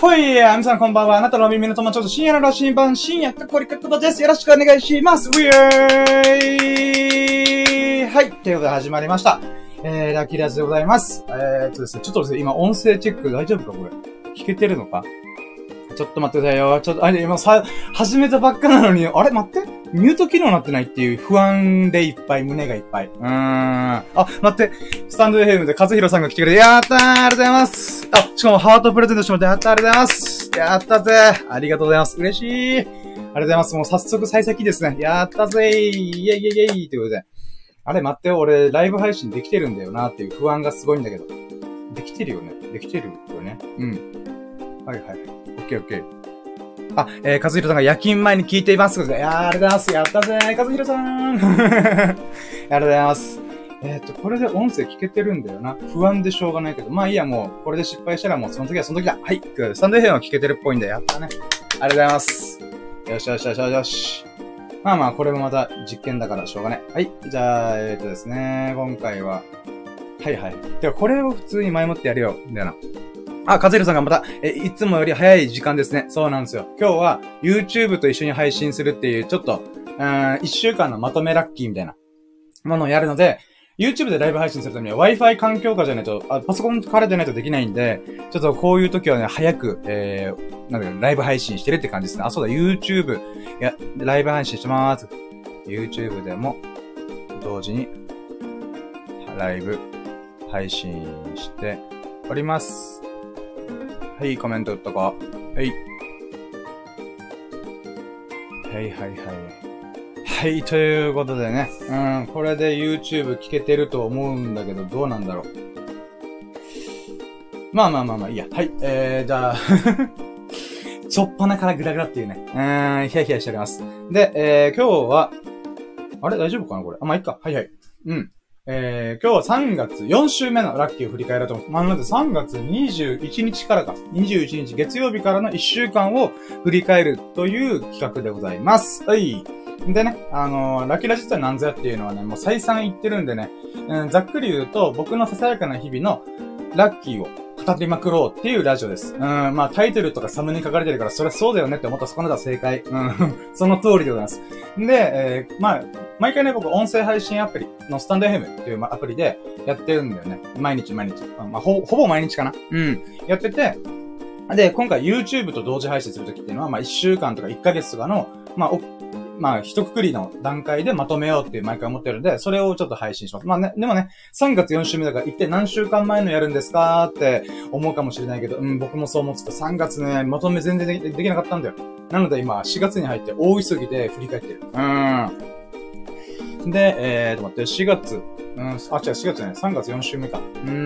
ほい皆さんこんばんは。あなたの耳の友達と深夜の羅針盤、深夜かっこりかっことです。よろしくお願いします。ウィーはい。ということで始まりました。ラッキーラジでございます。ですね、ちょっとですね、今音声チェック大丈夫かこれ。聞けてるのかちょっと待ってくださいよ。ちょっと、今始めたばっかなのに、あれ待ってミュート機能になってないっていう不安でいっぱい、胸がいっぱい。待って。スタンドFMで和弘さんが来てくれて、やったーありがとうございます。しかもハートプレゼントしてもらって、やったーありがとうございます。やったぜありがとうございます。嬉しいありがとうございます。もう早速幸先ですね。やったぜイェイイェイイェイということで。あれ待って、俺、ライブ配信できてるんだよなっていう不安がすごいんだけど。できてるよね。できてるよね。うん。はいはい。オッケーオッケー。和弘さんが夜勤前に聞いています。ありがとうございます。やったぜ和弘さんありがとうございます。これで音声聞けてるんだよな。不安でしょうがないけど。まあいいや、もう、これで失敗したらもうその時はその時だ。はい。スタンドFMは聞けてるっぽいんだよ。やったね。ありがとうございます。よしよしよしよし。まあまあ、これもまた実験だからしょうがない。はい。じゃあ、ですね。今回は。はいはい。では、これを普通に前もってやるよ。みたいな。和弘さんがまた、いつもより早い時間ですね。そうなんですよ。今日は YouTube と一緒に配信するっていう、ちょっと、1週間のまとめラッキーみたいなものをやるので、YouTube でライブ配信するためには Wi-Fi 環境下じゃないと、パソコンからでないとできないんで、ちょっとこういう時はね、早く、ライブ配信してるって感じですね。そうだ、YouTube、ライブ配信してまーす。YouTube でも、同時に、ライブ配信しております。はい、コメント打っとこう。はい。はいはいはい。はい、ということでね。これで YouTube 聞けてると思うんだけど、どうなんだろう。まあ、いいや。はい、じゃあ、ちょっぱなからグラグラっていうね。ヒヤヒヤしております。で、今日は、あれ大丈夫かなこれ。まあ、いっか。はいはい。今日は3月4週目のラッキーを振り返ろうと思う。まあ、なので3月21日からか。21日月曜日からの1週間を振り返るという企画でございます。はい。でね、ラッキーラジットは何ぞやっていうのはね、もう再三言ってるんでね、ざっくり言うと、僕のささやかな日々のラッキーを語りまくろうっていうラジオです。まあタイトルとかサムネに書かれてるから、それはそうだよねって思ったらそこのだ正解。その通りでございます。で、まあ、毎回ね、僕音声配信アプリのスタンド FM っていうアプリでやってるんだよね。毎日。まあ、ほぼ毎日かな。やってて、で、今回 YouTube と同時配信するときっていうのは、まあ1週間とか1ヶ月とかの、まあ、一括りの段階でまとめようっていう毎回思ってるんで、それをちょっと配信します。まあね、でもね、3月4週目だから一体何週間前のやるんですかって思うかもしれないけど、僕もそう思ってた。3月ね、まとめ全然できなかったんだよ。なので今、4月に入って大急ぎで振り返ってる。で、待って、4月、違う、4月ね、3月4週目か。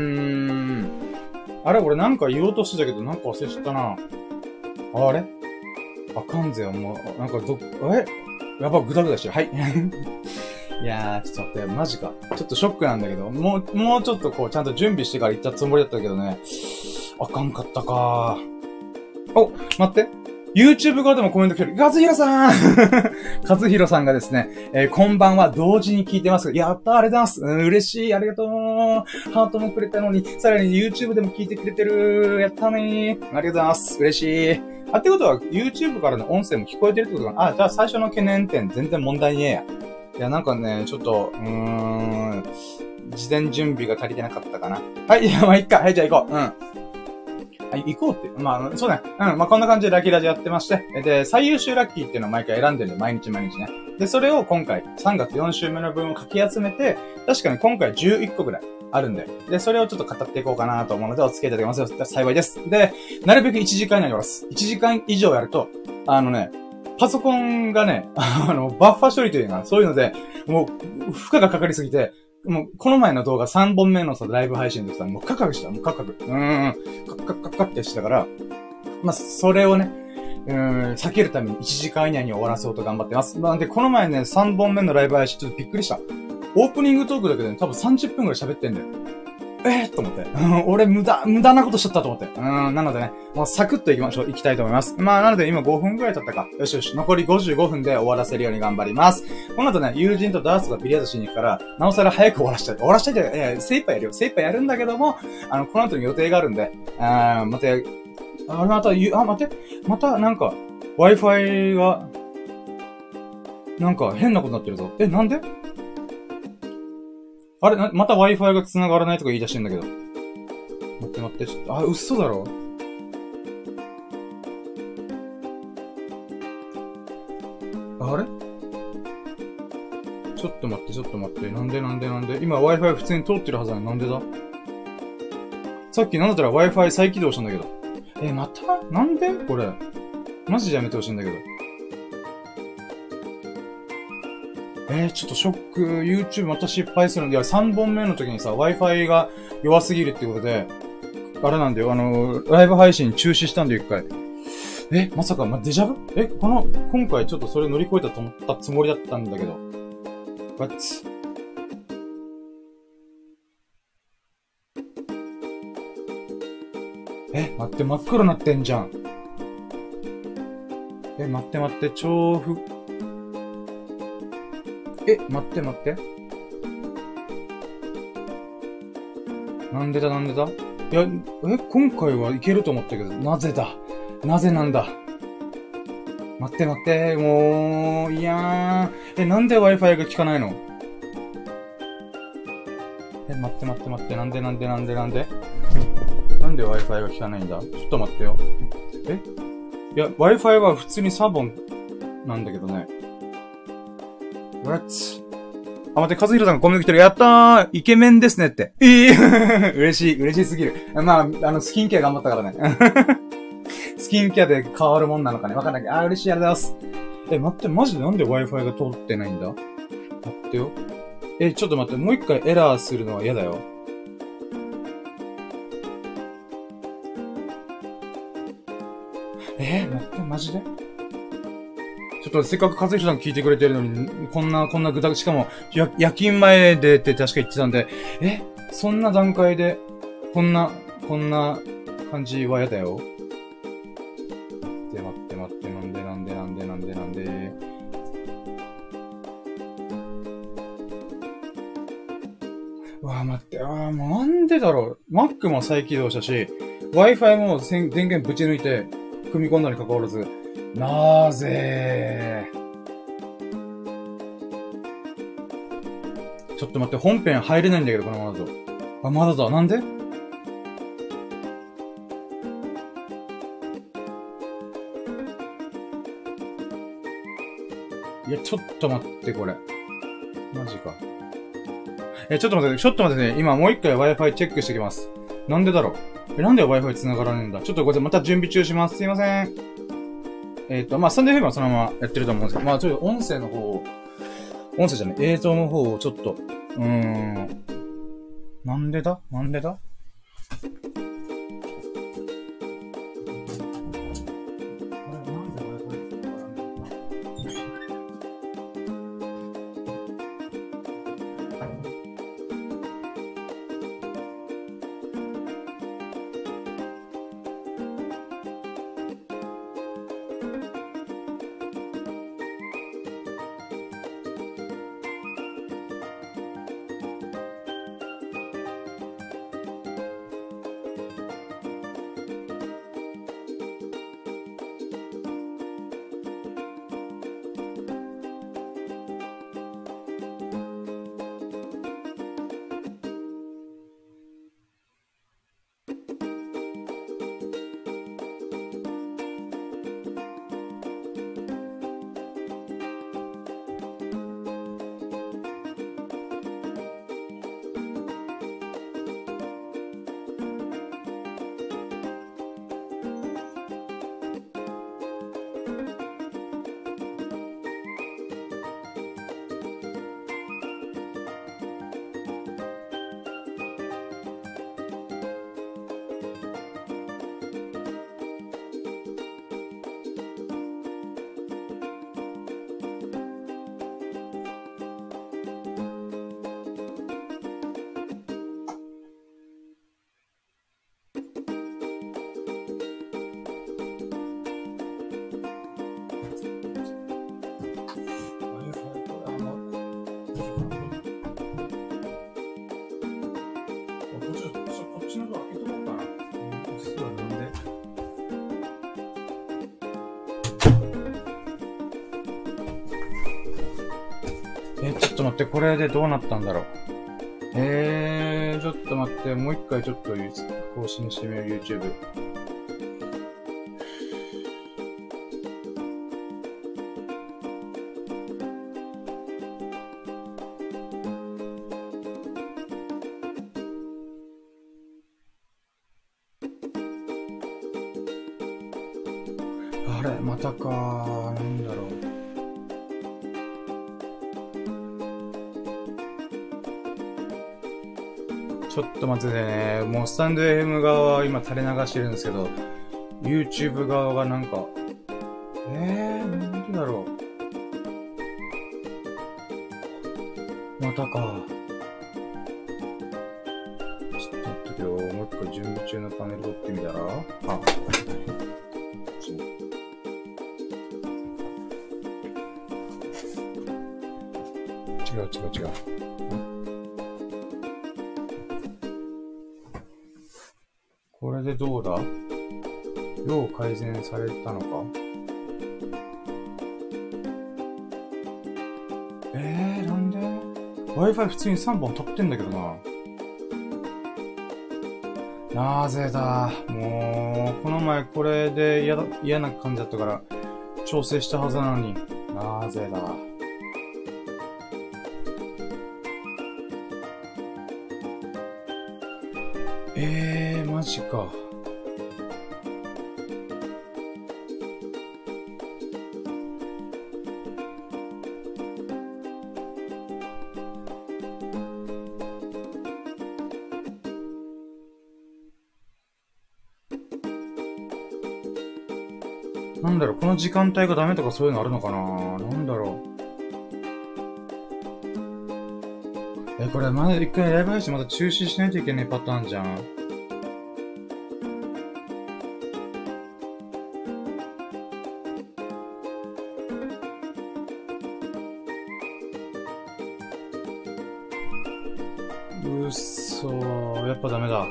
あれ俺なんか言おうとしてたけど、なんか忘れちゃったな。あれあかんぜよ、もう、なんかやば、ぐだぐだしてる。はい。いやー、ちょっと待って、マジか。ちょっとショックなんだけど、もうちょっとこう、ちゃんと準備してから行ったつもりだったけどね。あかんかったかー。お、待って。YouTube 側でもコメント来てる。和弘さん和弘さんがですね、こんばんは、同時に聞いてます。やったー、ありがとうございます。嬉しい、ありがとう。ハートもくれたのに、さらに YouTube でも聞いてくれてる。やったねー。ありがとうございます。嬉しい。ってことは、YouTube からの音声も聞こえてるってことかな。じゃあ最初の懸念点全然問題ねえや。いや、なんかね、ちょっと、事前準備が足りてなかったかな。はい、まあ、いっか。はい、じゃあ行こう。はい、行こうって。まあ、そうね。まあ、こんな感じでラッキーラジやってまして。で、最優秀ラッキーっていうのを毎回選んでるんで、毎日ね。で、それを今回、3月4週目の分を書き集めて、確かに今回11個ぐらいあるんで。で、それをちょっと語っていこうかなと思うので、お付き合いいただけますよ。幸いです。で、なるべく1時間以内にやります。1時間以上やると、パソコンがね、バッファ処理というのが、そういうので、もう、負荷がかかりすぎて、もう、この前の動画3本目のさ、ライブ配信の時さ、もうカクカクした。もうカクカク。カクってしてたから、まあ、それをね、避けるために1時間以内に終わらせようと頑張ってます。なんで、この前ね、3本目のライブ配信ちょっとびっくりした。オープニングトークだけでね、多分30分くらい喋ってんだよ。と思って。俺無駄なことしちゃったと思って。なのでね、もうサクッと行きたいと思います。まあ、なので今5分くらい経ったか。よし、残り55分で終わらせるように頑張ります。この後ね、友人とダーツがビリヤードしに行くから、なおさら早く終わらしたい。って、精一杯やるよ。精一杯やるんだけども、この後に予定があるんで、また、 あ、また、待って。また、なんか、Wi-Fi が、なんか変なことになってるぞ。なんであれまた Wi-Fi が繋がらないとか言い出してんだけど。待って、ちょっと、嘘だろあれちょっと待って。なんで今 Wi-Fi 普通に通ってるはずなのになんでださっきなんだったら Wi-Fi 再起動したんだけど。またなんでこれ。マジでやめてほしいんだけど。ちょっとショック。YouTube また失敗するんで、3本目の時にさ、Wi-Fi が弱すぎるってことで、あれなんだよ、ライブ配信中止したんだよ、一回。まさか、デジャブ今回ちょっとそれ乗り越えたと思ったつもりだったんだけど。What? 待って、真っ黒なってんじゃん。待って、調布。待って。なんでだいや、今回はいけると思ったけど、なぜなんだ待って、もう、いやー。なんで Wi-Fi が効かないの待って、なんでなんで Wi-Fi が効かないんだちょっと待ってよ。いや、Wi-Fi は普通に3本なんだけどね。What? 待って、和弘さんがコメント来てる。やったーイケメンですねって。嬉しすぎる。まあ、スキンケア頑張ったからね。スキンケアで変わるもんなのかね。わかんないけど。嬉しい、ありがとうございます。待って、マジでなんで Wi-Fi が通ってないんだ待ってよ。ちょっと待って、もう一回エラーするのは嫌だよ。待って、マジでちょっとせっかく和弘さん聞いてくれてるのに、こんなぐだ、しかも、夜勤前でって確か言ってたんで、そんな段階で、こんな感じは嫌だよ。待って、なんで。うわ待って、もうなんでだろう。Mac も再起動したし、Wi-Fi も電源ぶち抜いて、組み込んだに関わらず、なぜちょっと待って、本編入れないんだけど、このままだと。まだだ。なんでいや、ちょっと待って、これ。マジか。ちょっと待ってね。今もう一回 Wi-Fi チェックしてきます。なんでだろうなんで Wi-Fi 繋がらねえんだちょっとこれまた準備中します。すいません。スタンド FM はそのままやってると思うんですけど、ちょっと音声じゃない、映像の方をちょっと、なんでだちょっと待って、これでどうなったんだろう。ちょっと待って、もう一回ちょっと更新してみよう、YouTube。あれ、またかー。なんだろう。ちょっと待ってね。もうスタンド FM 側は今垂れ流してるんですけど、YouTube 側がなんか、なんでだろう。またか。ちょっと待ってよ。もう一回準備中のパネル取ってみたら、違う。これでどうだ？要改善されたのか？なんで？ Wi-Fi 普通に3本取ってんだけどな。なぜだ？もう、この前これで嫌な感じだったから、調整したはずなのに。なぜだ？マジか。なんだろう、この時間帯がダメとかそういうのあるのかな？なんだろう。これまだ一回ライブ配信また中止しないといけないパターンじゃん。うっそー、やっぱダメだ。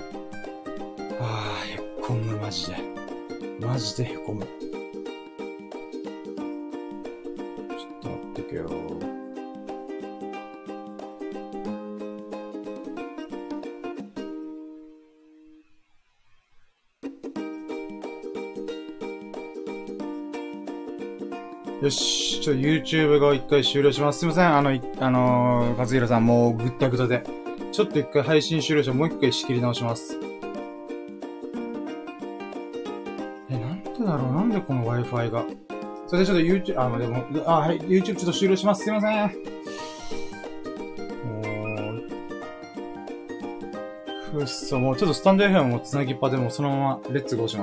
へっこむ、マジでへこむ。ちょっと待ってけよ。よし、YouTube が一回終了します。すいません、和弘さん、もうぐったぐたで。ちょっと一回配信終了して、もう一回仕切り直します。なんでだろう、なんでこの Wi-Fi が。それでちょっと YouTube、はい、YouTube ちょっと終了します。すいません。くっそ、もうちょっとスタンド FM もつなぎっぱでもそのままレッツゴーします。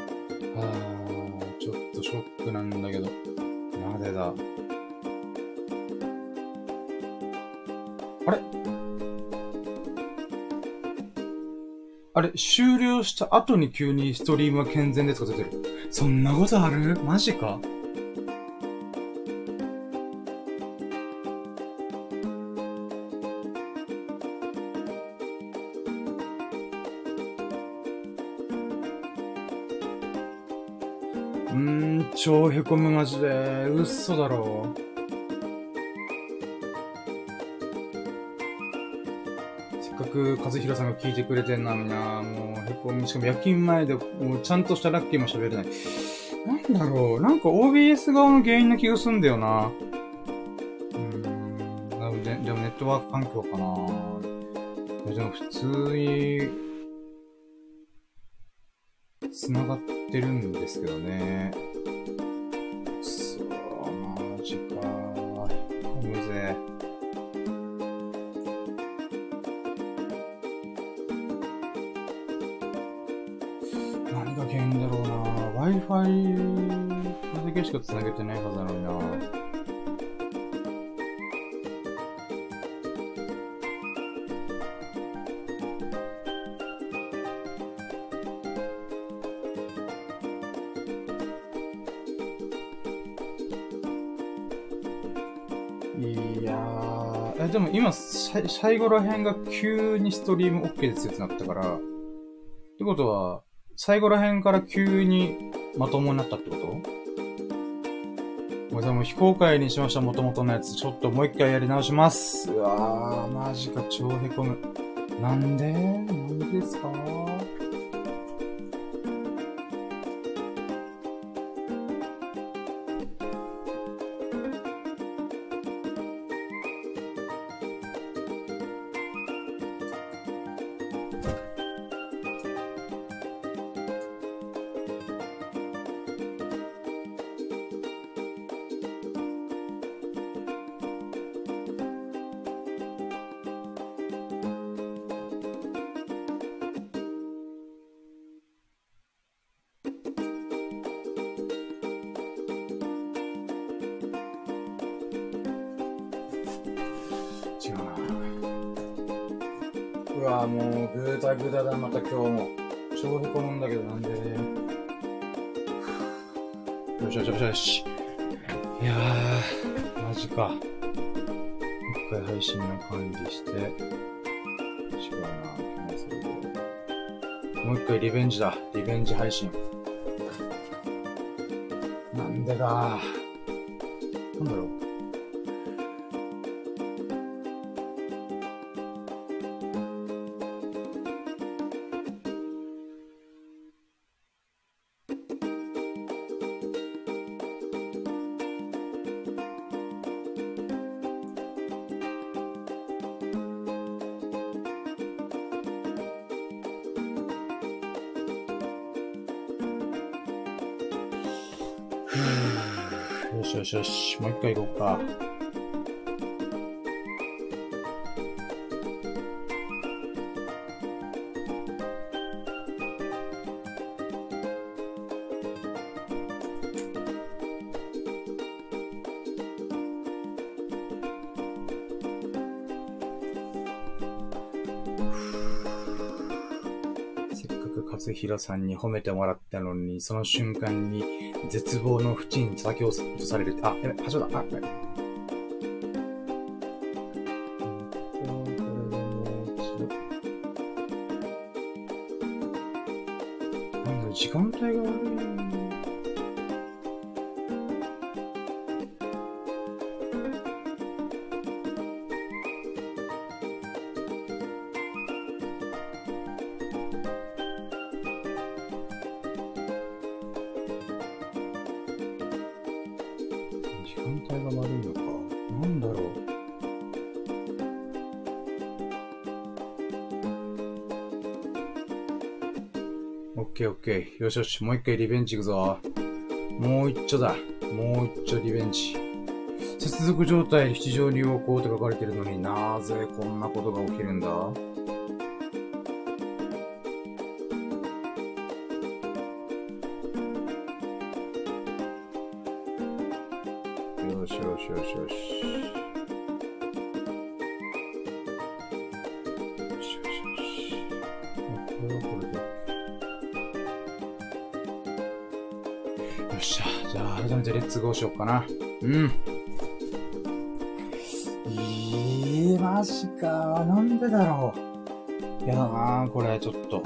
ちょっとショックなんだけど。なぜだ。あれ、終了した後に急にストリームは健全ですか出てる。そんなことある？マジか？超へこむマジで。嘘だろ。せっかく和弘さんが聞いてくれてんのにな。もうへこむ。しかも夜勤前で、もうちゃんとしたラッキーも喋れない。なんだろう。なんか OBS 側の原因な気がすんだよな。でもネットワーク環境かな。でも普通に、繋がってるんですけどね。マジか。へこむぜ。何が原因だろうな。Wi-Fi、これだけしか繋げてないはずなのにな。でも今、最後ら辺が急にストリーム OK ですよってなったから、ってことは、最後ら辺から急にまともになったってこと？ これでも非公開にしました、元々のやつ。ちょっともう一回やり直します。うわー、マジか、超へこむ。なんでですか？違うな。うわもう、ぐーたぐだだ、また今日も。超へこむんだけど、なんでね。よしよしよしよし。いやー、マジか。もう一回配信の管理して。違うな、キャンセルで。もう一回リベンジだ。リベンジ配信。なんでだ。なんだろう。よしよしよし、もう一回行こうか。せっかく和弘さんに褒めてもらったのに、その瞬間に絶望の淵に叩き落とされる。あ、やべ、始まった。あ、やべ。なんだ、時間帯が悪い。時間帯が悪いのか。なんだろう。オッケーオッケー。よしよし。もう一回リベンジいくぞ。もう一丁だ。もう一丁リベンジ。接続状態、非常に良好って書かれてるのになぜこんなことが起きるんだ？よしよしよしよし。よしよしよし。これはこれで。よっしゃ。じゃあ、改めてレッツゴーしよっかな。うん。マジか。なんでだろう。やだなこれ、ちょっと。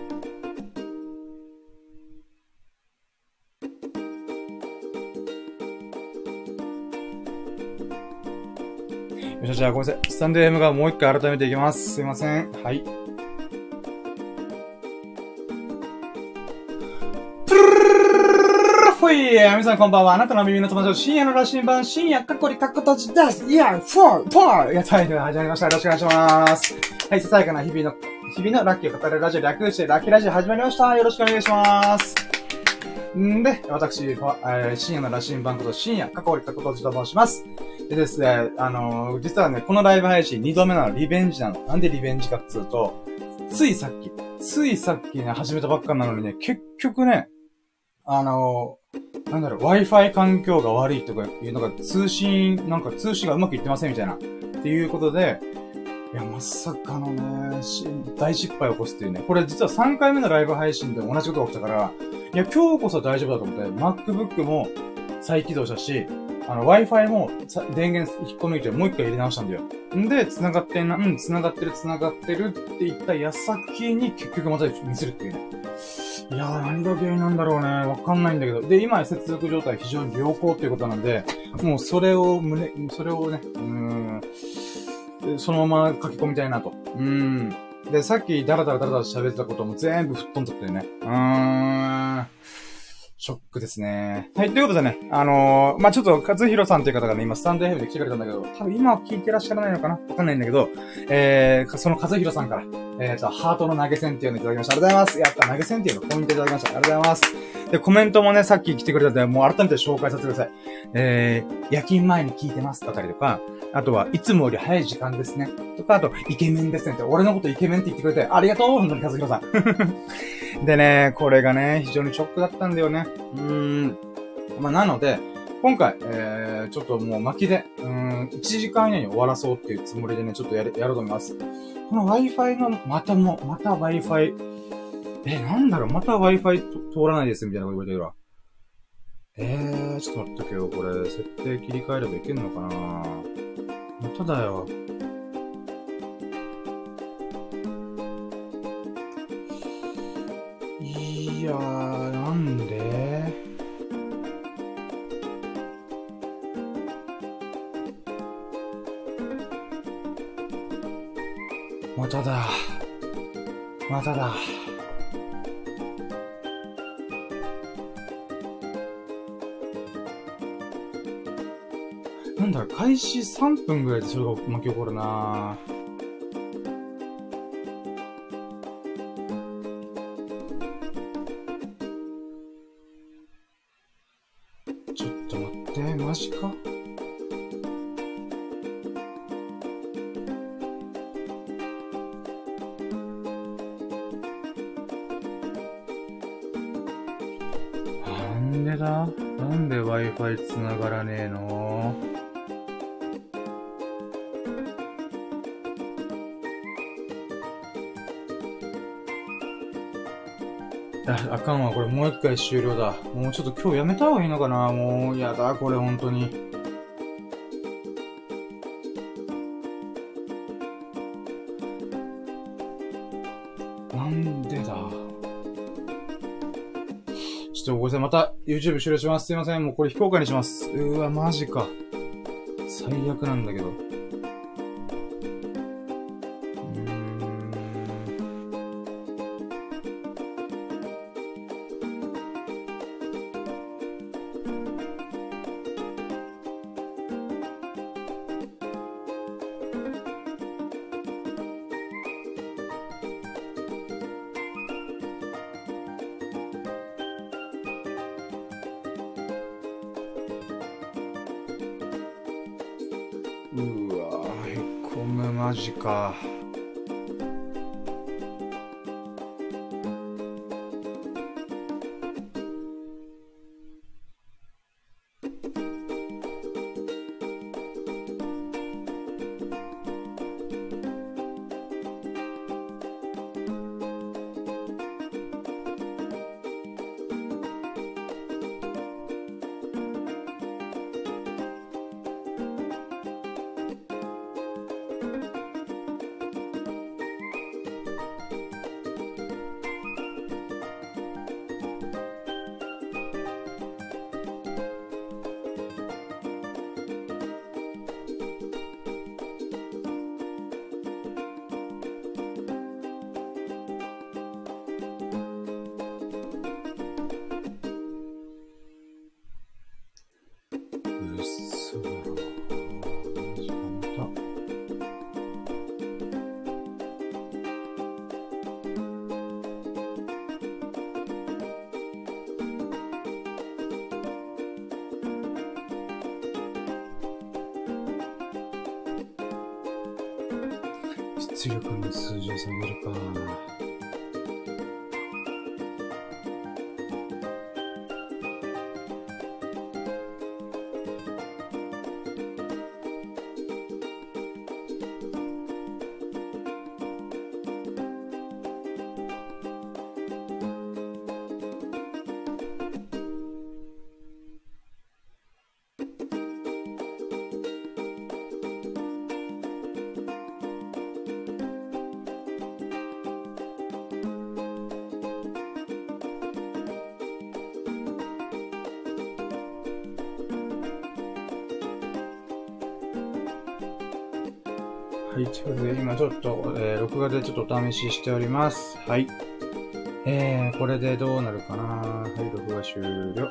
よし、じゃあごめんなさい。スタンド M がもう一回改めていきます。すいません。はい。ほい、皆さんこんばんは。あなたの耳の友達、深夜の羅針盤、深夜かっこりかっこ閉じです。いや、フォーやったいと始まりました。よろしくお願いします。はい、ささやかな日々のラッキーを語るラジオ、略してラッキーラジオ始まりました。よろしくお願いします。んで、私、深夜の羅針盤こと深夜かっこりかっこ閉じと申します。でですね、実はね、このライブ配信2度目なの、リベンジなの。なんでリベンジかっつうと、ついさっきね、始めたばっかなのにね、結局ね、なんだろう、Wi-Fi 環境が悪いとかいうのが通信がうまくいってませんみたいな。っていうことで、いや、まさかのね、大失敗を起こすっていうね。これ実は3回目のライブ配信で同じことが起きたから、いや、今日こそ大丈夫だと思って、MacBook も再起動したし、 Wi-Fi も電源引っこ抜いてもう一回入れ直したんだよ。んで、繋がってるって言った矢先に結局またミスるっていうね。いやー、何が原因なんだろうね。わかんないんだけど。で、今接続状態非常に良好っていうことなんで、もうそれをね、そのまま書き込みたいなと。で、さっきダラダラ喋ってたことも全部吹っ飛んじゃったよね。ショックですね。はい、ということでね、まあ、ちょっと、和弘さんという方がね、今、スタンド FM で来てくれたんだけど、多分今は聞いてらっしゃらないのかなわかんないんだけど、その和弘さんから、ハートの投げ銭っていうのいただきました。ありがとうございます。やった、投げ銭っていうのコメントいただきました。ありがとうございます。で、コメントもね、さっき来てくれたんで、もう改めて紹介させてください。夜勤前に聞いてますだったりとか、あとは、いつもより早い時間ですね。とか、あと、イケメンですねって、俺のことイケメンって言ってくれて、ありがとう本当に和弘さん。でね、これがね、非常にショックだったんだよね。まあ、なので、今回、ちょっともう巻きで、1時間以内に終わらそうっていうつもりでね、ちょっとやろうと思います。この Wi-Fi の、また Wi-Fi、なんだろう、また Wi-Fi 通らないですみたいなこと言われてるわ。ちょっと待っとけよ、これ、設定切り替えればいけんのかな？まただよ。いやー、なんで？まただ。なんだろ、開始3分ぐらいでそれが巻き起こるなぁ。ちょっと待って、マジか？なんで Wi-Fi 繋がらねえの？あかんわ、これもう一回終了だ。もうちょっと今日やめた方がいいのかな？もう、やだ、これ本当に。なんでだ？ちょっとごめんなさい、また YouTube 終了します。すいません、もうこれ非公開にします。うわ、マジか。最悪なんだけど。うわぁ、へこむ、マジか。嘘だろ。時間だ。出力の数字を下げるか。 はい、ということで、今ちょっと、録画でちょっとお試ししております。はい。これでどうなるかな。はい、録画終了。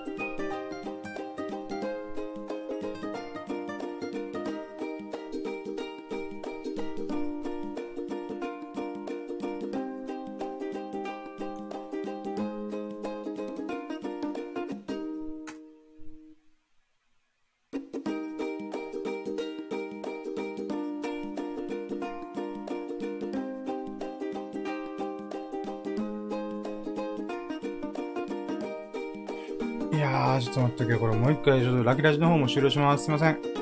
いやー、ちょっと待ってけど、これもう一回ちょっとラキラジの方も終了します。すいません。